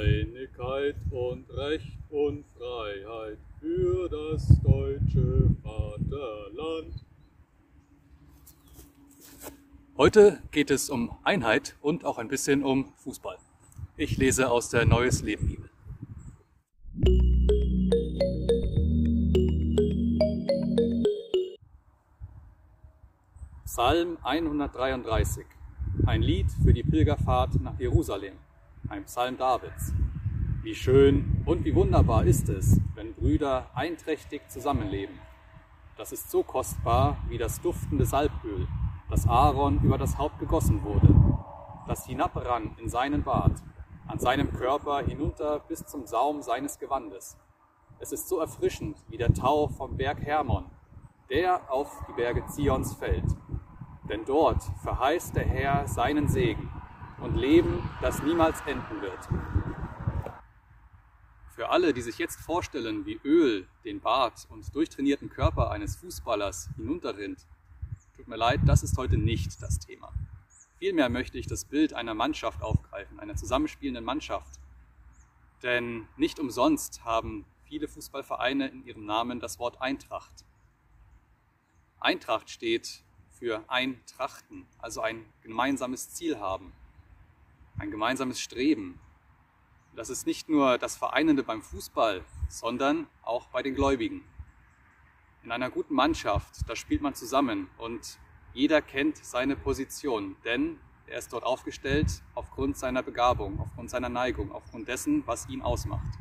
Einigkeit und Recht und Freiheit für das deutsche Vaterland. Heute geht es um Einheit und auch ein bisschen um Fußball. Ich lese aus der Neues Leben Bibel. Psalm 133, ein Lied für die Pilgerfahrt nach Jerusalem, ein Psalm Davids. Wie schön und wie wunderbar ist es, wenn Brüder einträchtig zusammenleben. Das ist so kostbar wie das duftende Salböl, das Aaron über das Haupt gegossen wurde, das hinabrann in seinen Bart, an seinem Körper hinunter bis zum Saum seines Gewandes. Es ist so erfrischend wie der Tau vom Berg Hermon, der auf die Berge Zions fällt. Denn dort verheißt der Herr seinen Segen und Leben, das niemals enden wird. Für alle, die sich jetzt vorstellen, wie Öl den Bart und durchtrainierten Körper eines Fußballers hinunterrinnt, tut mir leid, das ist heute nicht das Thema. Vielmehr möchte ich das Bild einer Mannschaft aufgreifen, einer zusammenspielenden Mannschaft. Denn nicht umsonst haben viele Fußballvereine in ihrem Namen das Wort Eintracht. Eintracht steht für Eintrachten, also ein gemeinsames Ziel haben, ein gemeinsames Streben. Das ist nicht nur das Vereinende beim Fußball, sondern auch bei den Gläubigen. In einer guten Mannschaft, da spielt man zusammen und jeder kennt seine Position, denn er ist dort aufgestellt aufgrund seiner Begabung, aufgrund seiner Neigung, aufgrund dessen, was ihn ausmacht.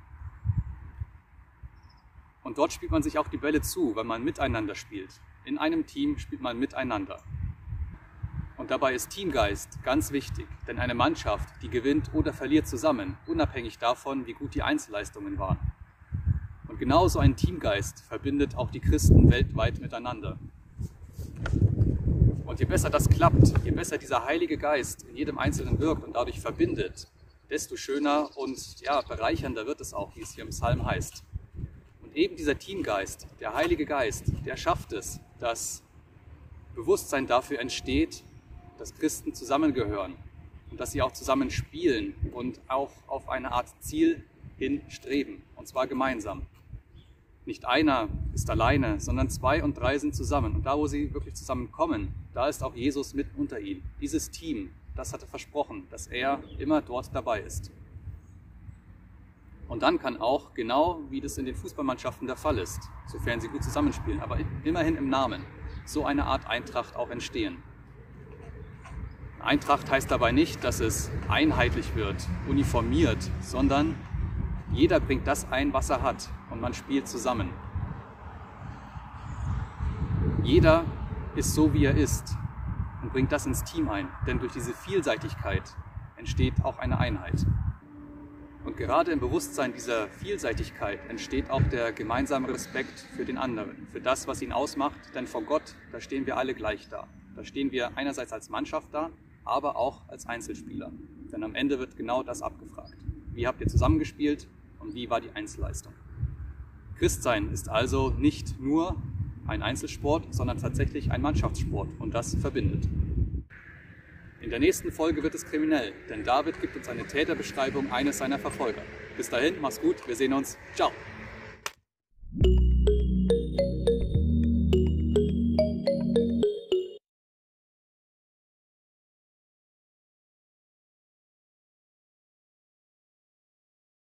Und dort spielt man sich auch die Bälle zu, weil man miteinander spielt. In einem Team spielt man miteinander. Und dabei ist Teamgeist ganz wichtig, denn eine Mannschaft, die gewinnt oder verliert zusammen, unabhängig davon, wie gut die Einzelleistungen waren. Und genauso ein Teamgeist verbindet auch die Christen weltweit miteinander. Und je besser das klappt, je besser dieser Heilige Geist in jedem Einzelnen wirkt und dadurch verbindet, desto schöner und bereichernder wird es auch, wie es hier im Psalm heißt. Und eben dieser Teamgeist, der Heilige Geist, der schafft es, dass Bewusstsein dafür entsteht, dass Christen zusammengehören und dass sie auch zusammen spielen und auch auf eine Art Ziel hin streben, und zwar gemeinsam. Nicht einer ist alleine, sondern 2 und 3 sind zusammen. Und da, wo sie wirklich zusammenkommen, da ist auch Jesus mitten unter ihnen. Dieses Team, das hatte versprochen, dass er immer dort dabei ist. Und dann kann auch, genau wie das in den Fußballmannschaften der Fall ist, sofern sie gut zusammenspielen, aber immerhin im Namen, so eine Art Eintracht auch entstehen. Eintracht heißt dabei nicht, dass es einheitlich wird, uniformiert, sondern jeder bringt das ein, was er hat, und man spielt zusammen. Jeder ist so, wie er ist, und bringt das ins Team ein, denn durch diese Vielseitigkeit entsteht auch eine Einheit. Und gerade im Bewusstsein dieser Vielseitigkeit entsteht auch der gemeinsame Respekt für den anderen, für das, was ihn ausmacht, denn vor Gott, da stehen wir alle gleich da. Da stehen wir einerseits als Mannschaft da, aber auch als Einzelspieler. Denn am Ende wird genau das abgefragt. Wie habt ihr zusammengespielt und wie war die Einzelleistung? Christsein ist also nicht nur ein Einzelsport, sondern tatsächlich ein Mannschaftssport, und das verbindet. In der nächsten Folge wird es kriminell, denn David gibt uns eine Täterbeschreibung eines seiner Verfolger. Bis dahin, mach's gut, wir sehen uns. Ciao!